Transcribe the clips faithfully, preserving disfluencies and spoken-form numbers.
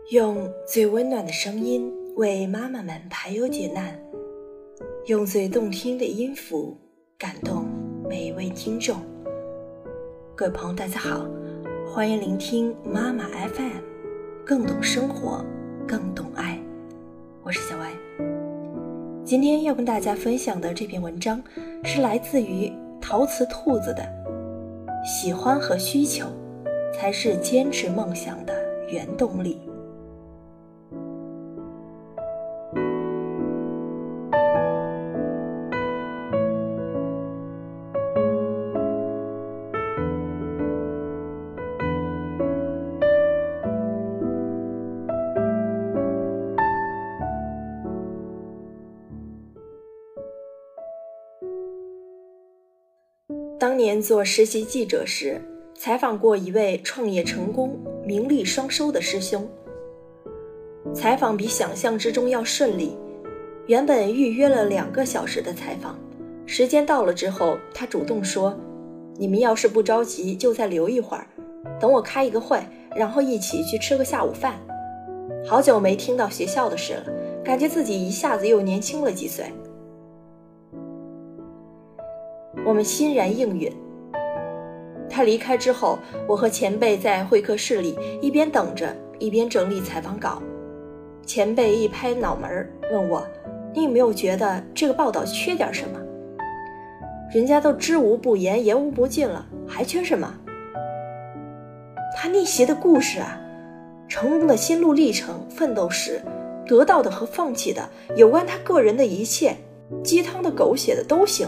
用最温暖的声音为妈妈们排忧解难，用最动听的音符感动每一位听众。各位朋友大家好，欢迎聆听妈妈 F M， 更懂生活，更懂爱。我是小歪。今天要跟大家分享的这篇文章是来自于陶瓷兔子的喜欢和需求才是坚持梦想的原动力。当年做实习记者时，采访过一位创业成功、名利双收的师兄。采访比想象之中要顺利，原本预约了两个小时的采访，时间到了之后，他主动说：“你们要是不着急，就再留一会儿，等我开一个会，然后一起去吃个下午饭。”好久没听到学校的事了，感觉自己一下子又年轻了几岁。我们欣然应允。他离开之后，我和前辈在会客室里一边等着，一边整理采访稿。前辈一拍脑门问我：“你有没有觉得这个报道缺点什么？人家都知无不言，言无不尽了，还缺什么？”他逆袭的故事啊，成功的心路历程、奋斗史，得到的和放弃的，有关他个人的一切，鸡汤的、狗血的都行。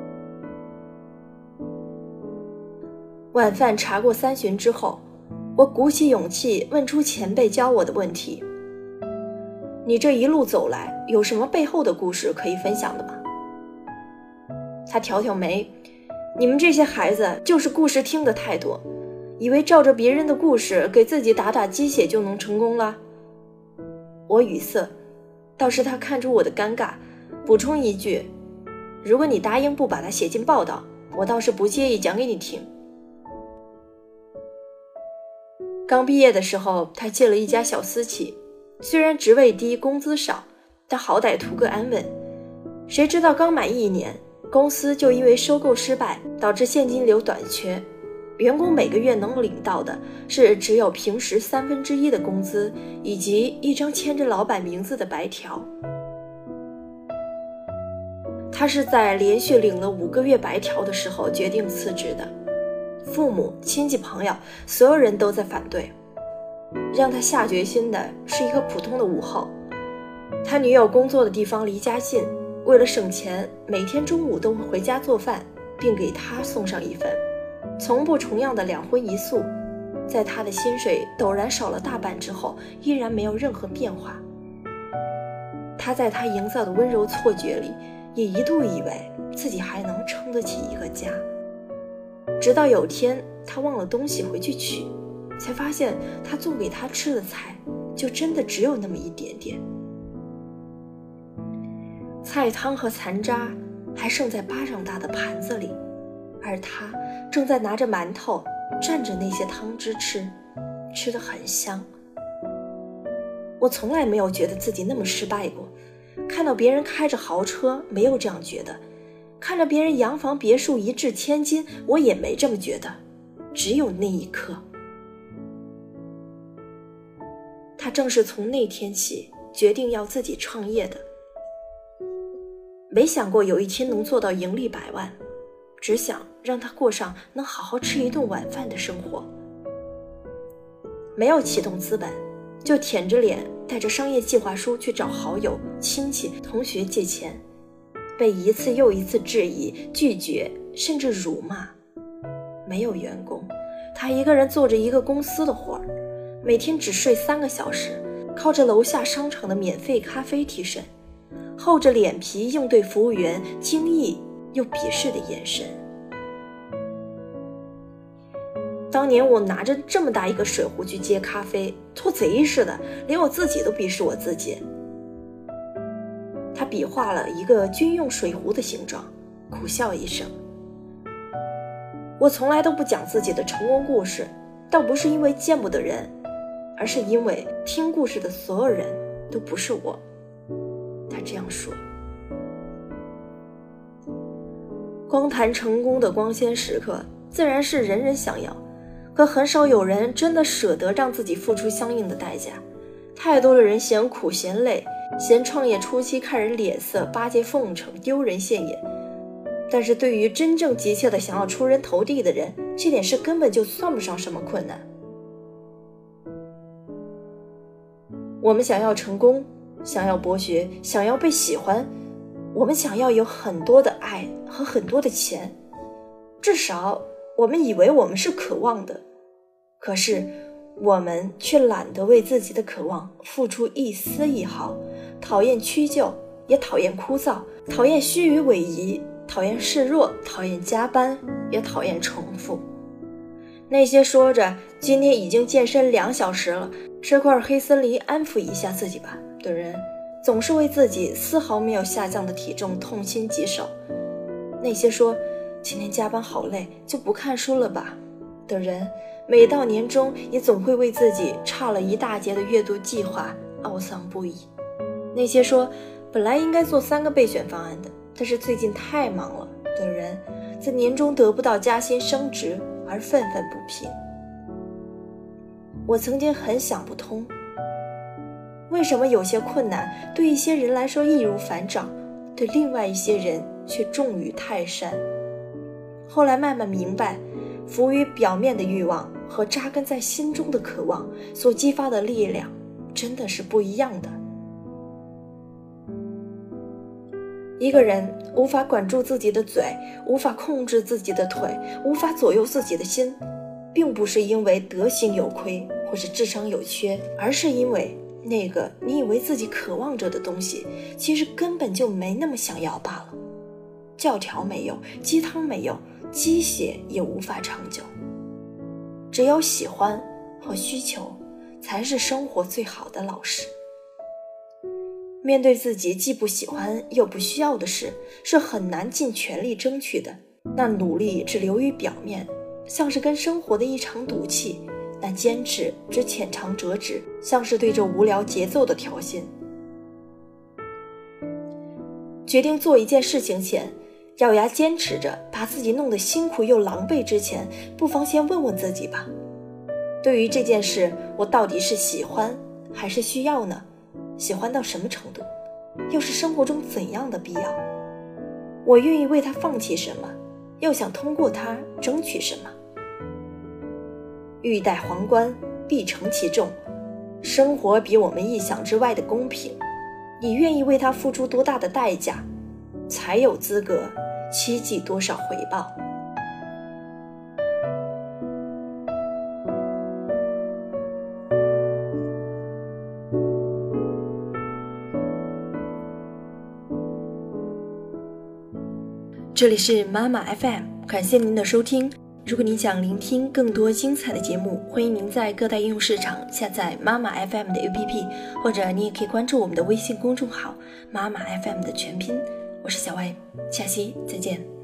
晚饭茶过三巡之后，我鼓起勇气问出前辈教我的问题：“你这一路走来，有什么背后的故事可以分享的吗？”他挑挑眉：“你们这些孩子就是故事听得太多，以为照着别人的故事给自己打打鸡血就能成功了。”我语塞，倒是他看出我的尴尬，补充一句：“如果你答应不把它写进报道，我倒是不介意讲给你听。”刚毕业的时候，他借了一家小私企，虽然职位低，工资少，但好歹图个安稳。谁知道刚满一年，公司就因为收购失败，导致现金流短缺，员工每个月能领到的是只有平时三分之一的工资，以及一张签着老板名字的白条。他是在连续领了五个月白条的时候决定辞职的。父母、亲戚、朋友，所有人都在反对。让他下决心的是一个普通的午后，他女友工作的地方离家近，为了省钱，每天中午都会回家做饭，并给他送上一份，从不重样的两荤一素。在他的薪水陡然少了大半之后，依然没有任何变化。他在他营造的温柔错觉里，也一度以为自己还能撑得起一个家。直到有天他忘了东西回去取，才发现他做给他吃的菜就真的只有那么一点点，菜汤和残渣还剩在巴掌大的盘子里，而他正在拿着馒头蘸着那些汤汁吃，吃得很香。我从来没有觉得自己那么失败过，看到别人开着豪车没有这样觉得，看着别人洋房别墅一掷千金，我也没这么觉得，只有那一刻。他正是从那天起决定要自己创业的，没想过有一天能做到盈利百万，只想让他过上能好好吃一顿晚饭的生活。没有启动资本，就舔着脸带着商业计划书去找好友、亲戚、同学借钱，被一次又一次质疑、拒绝，甚至辱骂。没有员工，他一个人做着一个公司的活儿，每天只睡三个小时，靠着楼下商场的免费咖啡提神，厚着脸皮应对服务员惊异又鄙视的眼神。当年我拿着这么大一个水壶去接咖啡，做贼似的，连我自己都鄙视我自己。他比划了一个军用水壶的形状，苦笑一声。我从来都不讲自己的成功故事，倒不是因为见不得人， 而是因为听故事的所有人都不是我。他这样说。光谈成功的光鲜时刻，自然是人人想要，可很少有人真的舍得让自己付出相应的代价。太多的人嫌苦嫌累，嫌创业初期看人脸色，巴结奉承，丢人现眼。但是对于真正急切的想要出人头地的人，这点事根本就算不上什么困难。我们想要成功，想要博学，想要被喜欢，我们想要有很多的爱和很多的钱，至少我们以为我们是渴望的，可是我们却懒得为自己的渴望付出一丝一毫，讨厌屈就，也讨厌枯燥，讨厌虚与委蛇，讨厌示弱，讨厌加班，也讨厌重复。那些说着今天已经健身两小时了，吃块黑森林安抚一下自己吧的人，总是为自己丝毫没有下降的体重痛心疾首。那些说今天加班好累，就不看书了吧的人，每到年终也总会为自己差了一大截的阅读计划懊丧不已。那些说本来应该做三个备选方案的，但是最近太忙了的人，在年终得不到加薪升职而愤愤不平。我曾经很想不通，为什么有些困难对一些人来说易如反掌，对另外一些人却重于泰山。后来慢慢明白，浮于表面的欲望和扎根在心中的渴望所激发的力量真的是不一样的。一个人无法管住自己的嘴，无法控制自己的腿，无法左右自己的心，并不是因为德行有亏或是智商有缺，而是因为那个你以为自己渴望着的东西，其实根本就没那么想要罢了。教条没有，鸡汤没有，鸡血也无法长久。只有喜欢和需求，才是生活最好的老师。面对自己既不喜欢又不需要的事，是很难尽全力争取的。那努力只流于表面，像是跟生活的一场赌气；那坚持只浅尝辄止，像是对着无聊节奏的挑衅。决定做一件事情前，咬牙坚持着，把自己弄得辛苦又狼狈之前，不妨先问问自己吧，对于这件事，我到底是喜欢还是需要呢？喜欢到什么程度？又是生活中怎样的必要？我愿意为它放弃什么？又想通过它争取什么？欲戴皇冠，必承其重。生活比我们意想之外的公平，你愿意为它付出多大的代价，才有资格期冀多少回报。这里是妈妈 F M， 感谢您的收听。如果您想聆听更多精彩的节目，欢迎您在各大应用市场下载妈妈 F M 的 A P P， 或者你也可以关注我们的微信公众号妈妈 F M 的全拼。我是小薇，下期再见。